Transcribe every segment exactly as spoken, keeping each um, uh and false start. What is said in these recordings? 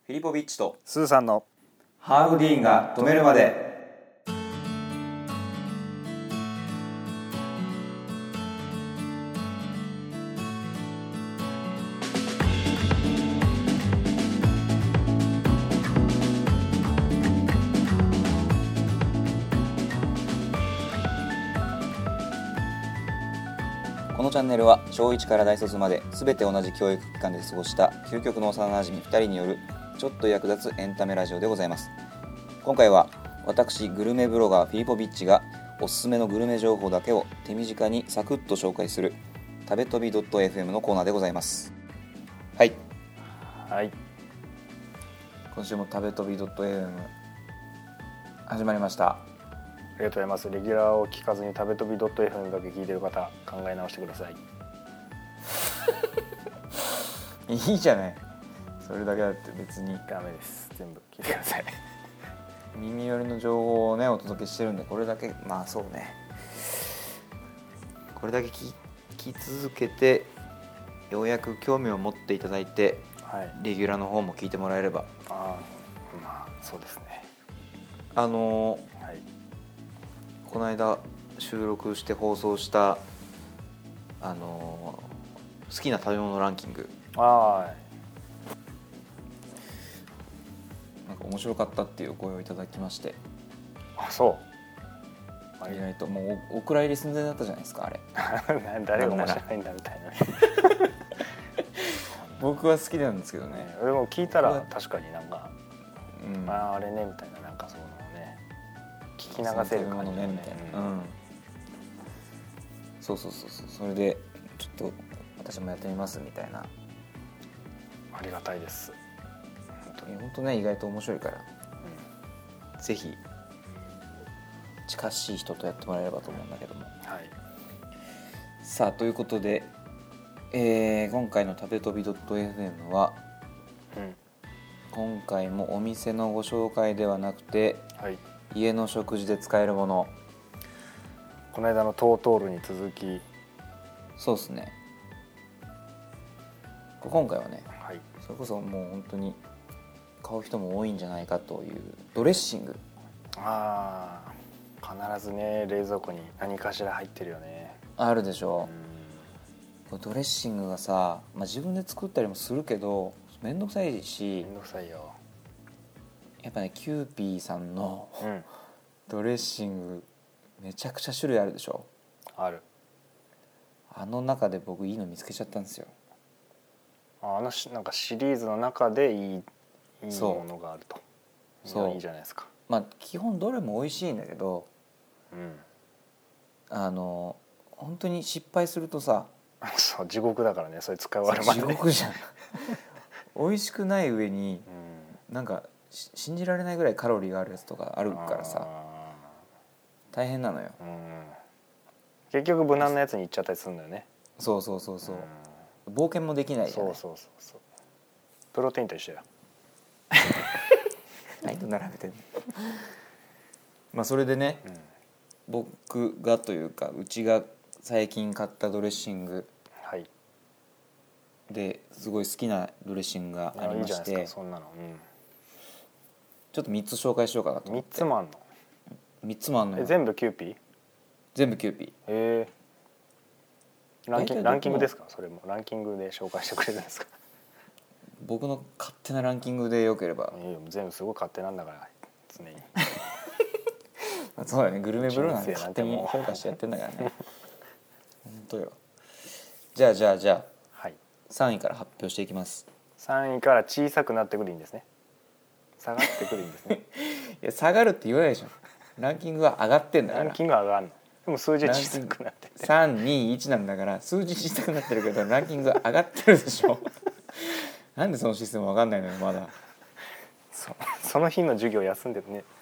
フィリポビッチとスーさんのハーフディーンが止めるまで。このチャンネルは小いちから大卒まで全て同じ教育機関で過ごした究極の幼なじみふたりによるちょっと役立つエンタメラジオでございます。今回は私グルメブロガーフィリポビッチがおすすめのグルメ情報だけを手短にサクッと紹介する食べ飛び .fm のコーナーでございます。はい、 はい、 今週も食べ飛び .fm 始まりました。 ありがとうございます。レギュラーを聞かずに食べ飛び .fm だけ聞いてる方、考え直してください。 いいじゃない、それだけだって別にダメです。全部聞いてください。 耳寄りの情報をねお届けしてるんで、これだけまあそうねこれだけ聞き続けてようやく興味を持っていただいて、 はい、 レギュラーの方も聞いてもらえれば。 ああ、まあそうですね。 あのー、はい、 この間収録して放送したあの好きな食べ物ランキング、 あなんか面白かったっていうお声をいただきまして。 あ、そう意外ともう お, お蔵入り寸前だったじゃないですかあれ。 誰が面白いんだみたいな。 僕は好きなんですけどね。 俺も聞いたら確かになんか、 うん、 あああれねみたいな、なんかそのね聞き流せる感じねみたいな、うんうん、そうそうそうそう、それでちょっと私もやってみますみたいな。 ありがたいです。 本当に本当ね、意外と面白いから、うん、ぜひ近しい人とやってもらえればと思うんだけども、はい、さあということで、えー、今回の食べ飛び .fm は、うん、今回もお店のご紹介ではなくて、はい、家の食事で使えるもの。 この間のトートールに続き。 そうですね、今回はね、 はい、 それこそもう本当に買う人も多いんじゃないかというドレッシング。 ああ、必ずね冷蔵庫に何かしら入ってるよね。 あるでしょ。うん、ドレッシングがさ、まあ、自分で作ったりもするけどめんどくさいし、 めんどくさいよ。 やっぱねキューピーさんの、うん、ドレッシングめちゃくちゃ種類あるでしょ。 ある。 あの中で僕いいの見つけちゃったんですよ。 あのなんかシリーズの中でいい、いいものがあると。そう、いいじゃないですか。 まあ基本どれも美味しいんだけど、うん、あの本当に失敗するとさ、 そう地獄だからね、それ使い終わるまで、 ね、地獄じゃん。美味しくない上に、うん、なんか信じられないぐらいカロリーがあるやつとかあるからさ、大変なのよ。うん、 結局無難なやつに行っちゃったりするんだよね。 そうそうそうそう、うん、冒険もできないじゃない。 そうそうそうそう、プロテインと一緒や。 何と並べてんの。まあそれでね、うん、僕がというかうちが最近買ったドレッシングですごい好きなドレッシングがありまして、いいじゃないですかそんなの、うん、ちょっとみっつ紹介しようかなと思って。 みっつもあんの？ みっつもあんのよ。 え全部キューピー？ 全部キューピー。へえ。ランキング、ランキングですか？それもランキングで紹介してくれるんですか？ 僕の勝手なランキングでよければ。 いや全部すごい勝手なんだから常に。 そうだね、グルメブログなんて勝手に評価してやってんだからね。本当よ。じゃあじゃあじゃあ、はい、さんいから発表していきます。 さんいから小さくなってくるんですね。下がってくるんですね。 いや下がるって言わないでしょ。ランキングは上がってんだから。 ランキングは上がるの。でも数字小さくなっててさん、に、いちなんだから数字小さくなってるけどランキングは上がってるでしょ。なんでそのシステム分かんないのよまだ。 そ, その日の授業休んでるね。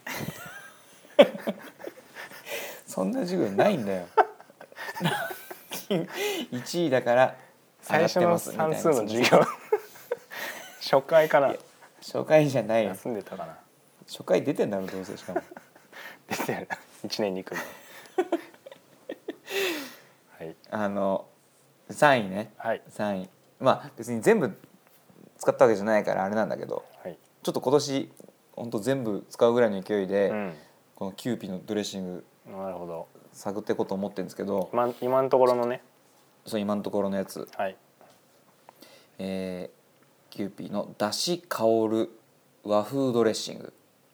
そんな授業ないんだよ。いちいだから最初の算数の授業。初回かな。 初回じゃないよ。 休んでたかな。 初回出てんだろどうせ。しかも出てる。いちねんに組。はい。 あのさんいね、はい、さんい、まあ別に全部使ったわけじゃないからあれなんだけど、はい、ちょっと今年ほんと全部使うぐらいの勢いで、うん、このキューピーのドレッシングなるほど探っていこうと思ってるんですけど、 今, 今のところのねそう今のところのやつ、 はい、 えー、キューピーのだし香る和風ドレッシング。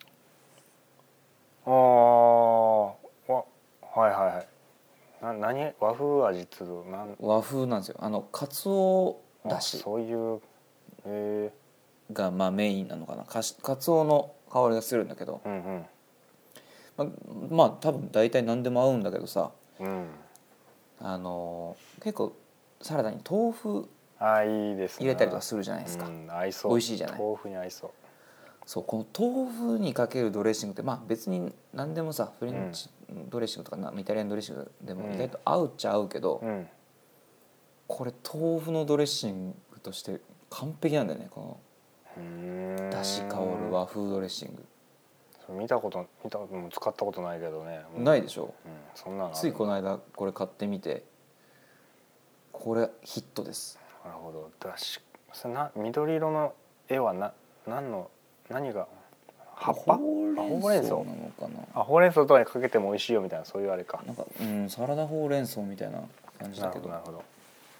ああ、わはいはいはい。な何和風味っつうとなん和風なんですよ。あのかつおだしそういうえーがまあメインなのかな。かしかつおの香りがするんだけど、 うんうんままあ多分大体何でも合うんだけどさ、 うん、 あのー結構サラダに豆腐あいいですね入れたりとかするじゃないですか、 うん、合いそう。 美味しいじゃない。 豆腐に合いそう。 そうこの豆腐にかけるドレッシングってまあ別に何でもさフレンチドレッシングとかなイタリアンドレッシングでも意外と合うっちゃ合うけど、 うん、 これ豆腐のドレッシングとして完璧なんだよね、このだし香る和風ドレッシング。 それ見たこと見たことも使ったことないけどね、 うん、ないでしょ、 うん、そんなのついこの間これ買ってみてこれヒットです。 なるほど。だしそれな緑色の絵はな何の何が葉っぱほうれん草なのかな。 あほうれん草とかにかけても美味しいよみたいなそういうあれか。 なんか、うん、サラダほうれん草みたいな感じだけど、 なるほどなる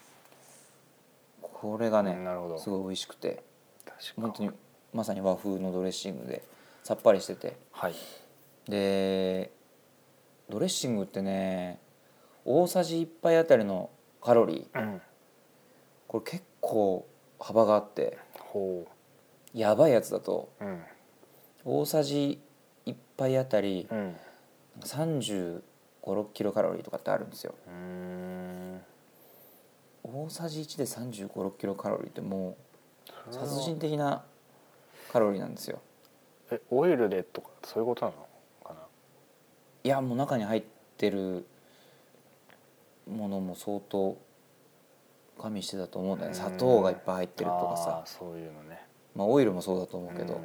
これがね、 うん、なるほどすごい美味しくて確か本当にまさに和風のドレッシングでさっぱりしてて、 はい、 でドレッシングってね大さじいっぱいあたりのカロリー、うん、これ結構幅があって、ほうやばいやつだと、うん、大さじいっぱいあたり、うん、さんじゅうご、ろっキロカロリーとかってあるんですよ。うーん大さじいちでさんじゅうご、ろっキロカロリーってもう殺人的なカロリーなんですよ。 えオイルでとかそういうことなのかな。 いやもう中に入ってるものも相当加味してたと思うんだよね。砂糖がいっぱい入ってるとかさ、 あそういうのね。 まあオイルもそうだと思うけど、う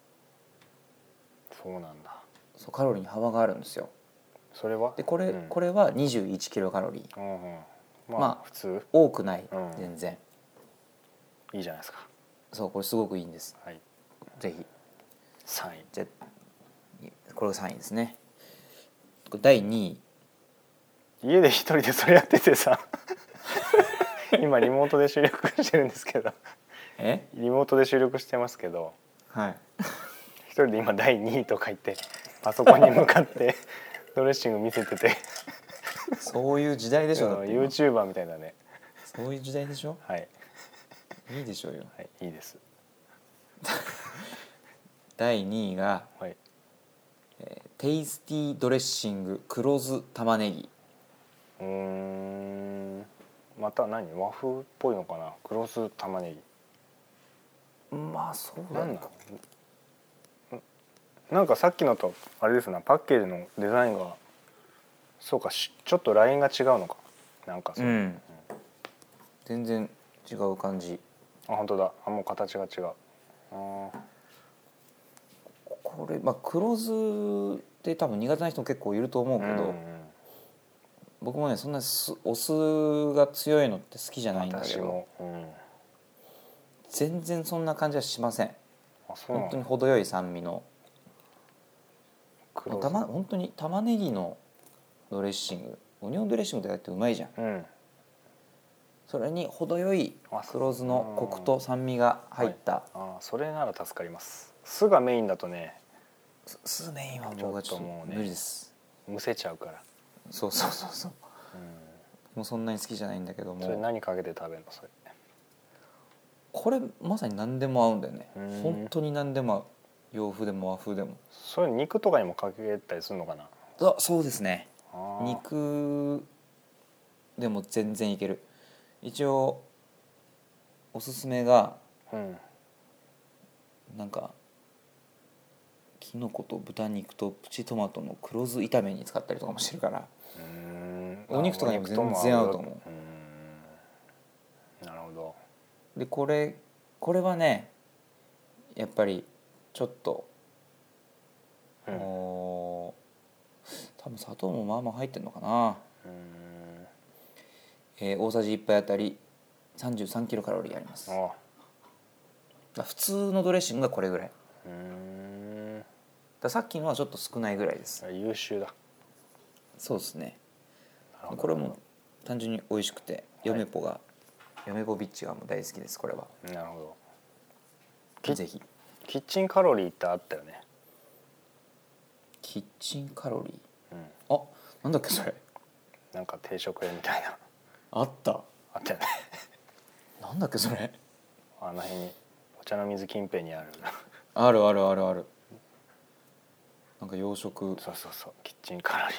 そうなんだ。 そうカロリーに幅があるんですよ。 それはでこれ、うん、これはにじゅういちキロカロリー、うんうん、まあ、まあ、 普通多くない、 うん、 全然いいじゃないですか。 そうこれすごくいいんです、はい、ぜひさんいじゃこれがさんいですね。だいにい家で一人でそれやっててさ今リモートで収録してるんですけどえリモートで収録してますけど、 はい一人で今だいにいとか言ってパソコンに向かってドレッシング見せててそういう時代でしょ。だって YouTuber みたいだね。 そういう時代でしょ。 はいいいでしょうよ。 はいいいですだいにいが、はいえー、テイスティードレッシング黒酢玉ねぎ。 うーんまた何和風っぽいのかな。黒酢玉ねぎまあそうだね。 なんかさっきのとあれですな、パッケージのデザインがそうかちょっとラインが違うのかなんかそう、うんうん、 全然違う感じ。 あ本当だ。あもう形が違う。あこれまあ黒酢って多分苦手な人も結構いると思うけど、うんうん、僕もねそんなお酢が強いのって好きじゃないんだけど、私も、うん、全然そんな感じはしません。あそう本当に程よい酸味のたま本当に玉ねぎのドレッシング、オニオンドレッシングとかやってうまいじゃん、うん、それに程よい黒酢のコクと酸味が入った、はい、 あそれなら助かります。酢がメインだとね酢メインは僕はちょっともう、ね、無理です。 むせちゃうから。 そうそうそうそう、うん、もうそんなに好きじゃないんだけども。 それ何かけて食べるのそれ。 これまさに何でも合うんだよね。本当に何でも合う。洋風でも和風でも。 それ肉とかにもかけたりするのかな。 あそうですね。肉でも全然いける。一応おすすめが、うん、なんかきのこと豚肉とプチトマトの黒酢炒めに使ったりとかもしてるから、うーんお肉とかにも全然合うと思う。 うんなるほど。 でこれこれはねやっぱりちょっと、うん、多分砂糖もまあまあ入ってるのかな。うん、えー、大さじいっぱいあたりさんじゅうさんキロカロリーあります。あ普通のドレッシングがこれぐらい。 うーんださっきのはちょっと少ないぐらいです。 優秀だ。 そうですね。これも単純に美味しくて、ヨメポが、はい、ヨメポビッチがもう大好きです。これは。 なるほど。 ぜひ。 キッチンカロリーってあったよね。 キッチンカロリー、 うん、 あ、なんだっけそれ。 なんか定食屋みたいな。 あったあったよね。 なんだっけそれ。 あの辺にお茶の水近辺にある。 あるあるあるある。なんか洋食。 そうそうそう、キッチンカロリー。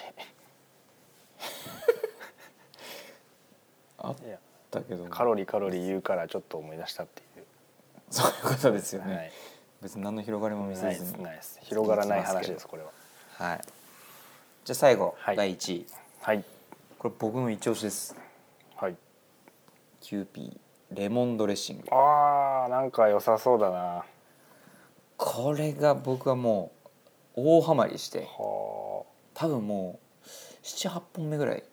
あったけど、 カロリーカロリー言うからちょっと思い出したっていう。 そういうことですよね、はい、別に何の広がりも見せずに。 ないです、広がらない話ですこれは。 はい。じゃあ最後、 はい、 だいいちい。 はい。 これ僕の一押しです。 はい。 キューピーレモンドレッシング。 あー、なんか良さそうだな。 これが僕はもう大ハマりして、 は多分もうななはっぽんめぐらい。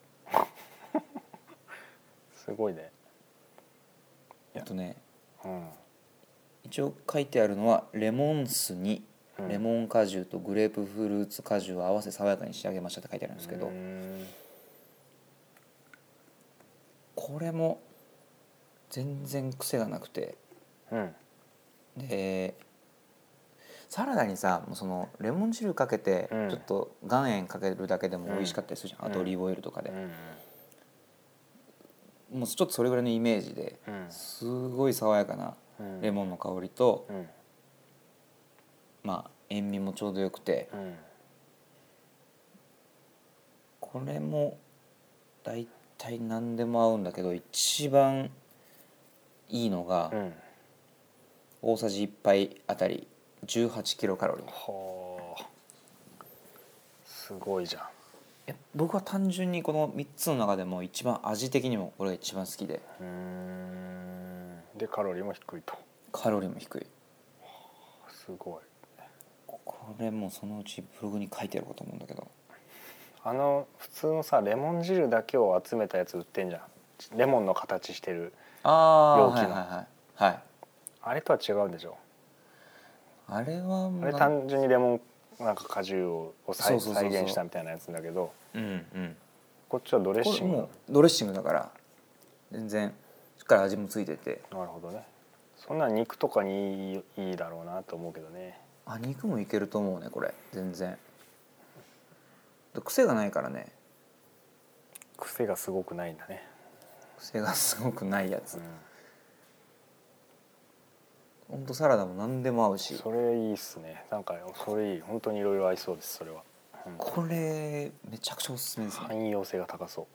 すごいね。 えっとね、 うん、 一応書いてあるのはレモン酢にレモン果汁とグレープフルーツ果汁を合わせ爽やかに仕上げましたって書いてあるんですけど、これも全然癖がなくて、 うん、 でサラダにさ、もうそのレモン汁かけてちょっと岩塩かけるだけでも美味しかったりするじゃん、うん、あとオリーブオイルとかで、うん、もうちょっとそれぐらいのイメージで、うん、すごい爽やかなレモンの香りと、うん、まあ塩味もちょうどよくて、うん、これも大体何でも合うんだけど、一番いいのが、うん、大さじいっぱいあたりじゅうはちキロカロリー。 はあ、すごいじゃん。いや僕は単純にこのみっつの中でも一番味的にもこれが一番好きで、 うーんでカロリーも低いと。 カロリーも低い。 すごい。 これもそのうちブログに書いてあるかと思うんだけど、 あの普通のさレモン汁だけを集めたやつ売ってんじゃん。レモンの形してる容器の、 あはいはいはい、はい、 あれとは違うんでしょ。 あれはあれ単純にレモンなんか果汁を再現したみたいなやつだけど、うんうん、こっちはドレッシング。もうドレッシングだから全然しっかり味もついてて。 なるほどね。そんな肉とかにいい、いいだろうなと思うけどね。 あ、肉もいけると思うねこれ。全然癖がないからね。 癖がすごくないんだね。 癖がすごくないやつ、うん、ほんとサラダも何でも合うし。 それいいっすね。なんかそれいい、本当にいろいろ合いそうですそれは。 これめちゃくちゃおすすめですね。 汎用性が高そう。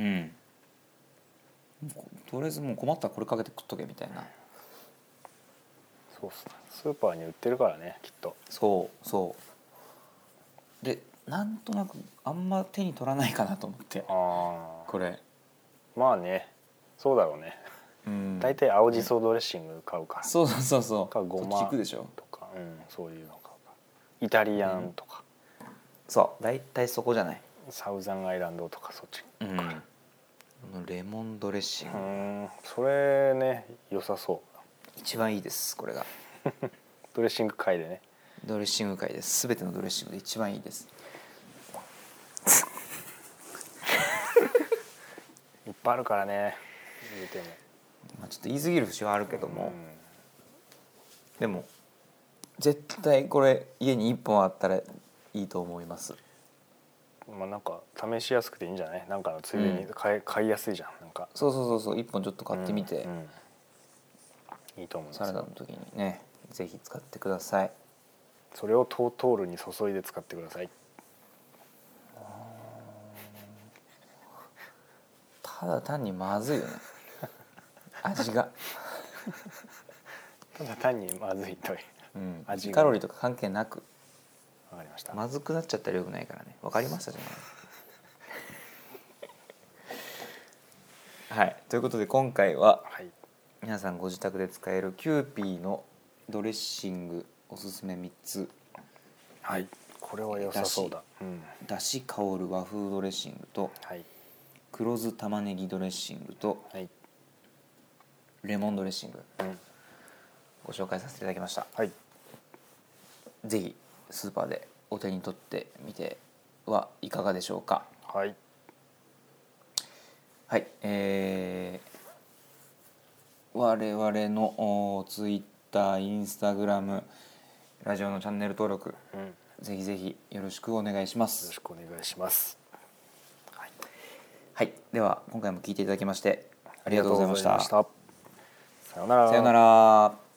うん、とりあえずもう困ったらこれかけて食っとけみたいな。 そうっすね。スーパーに売ってるからねきっと。 そうそうで、なんとなくあんま手に取らないかなと思って。あこれまあね、そうだろうね。大体、うん、青じそドレッシング買うから、ね、 そうそうそうそう、 かごまでしょとか、うん、そういうの買うか。イタリアンとか、 うん、そう大体そこじゃない。 サウザンアイランドとかそっち、うん、 レモンドレッシング、うん、 それね良さそう。 一番いいですこれが。 ドレッシング界でね。 ドレッシング界です。全てのドレッシングで一番いいです。 いっぱいあるからね言うても、 まあ、ちょっと言い過ぎる節はあるけども、うん、でも絶対これ家にいっぽんあったらいいと思います。 まあなんか試しやすくていいんじゃない。なんかのついでに買い、うん、買いやすいじゃん。なんかそうそうそうそう、いっぽんちょっと買ってみて、うんうん、いいと思います。 サラダの時にねぜひ使ってください。 それをトートールに注いで使ってください。 ただ単にまずいよね。味がただ単にまずいという、 うん、味がカロリーとか関係なく。 わかりました。 まずくなっちゃったらよくないからね。わかりましたじゃない。はい、ということで今回は、はい、皆さんご自宅で使えるキューピーのドレッシングおすすめみっつ。 はい、これは良さそうだ。 うん、だし香る和風ドレッシングと、はい、黒酢玉ねぎドレッシングと、はい、レモンドレッシング、うん、 ご紹介させていただきました。 はい、 ぜひスーパーでお手に取ってみてはいかがでしょうか。 はいはい、えー、我々のツイッター、インスタグラム、ラジオのチャンネル登録、うん、ぜひぜひよろしくお願いします。 よろしくお願いします。 はい、はい、では今回も聞いていただきましてありがとうございました。 さようなら。 さようなら。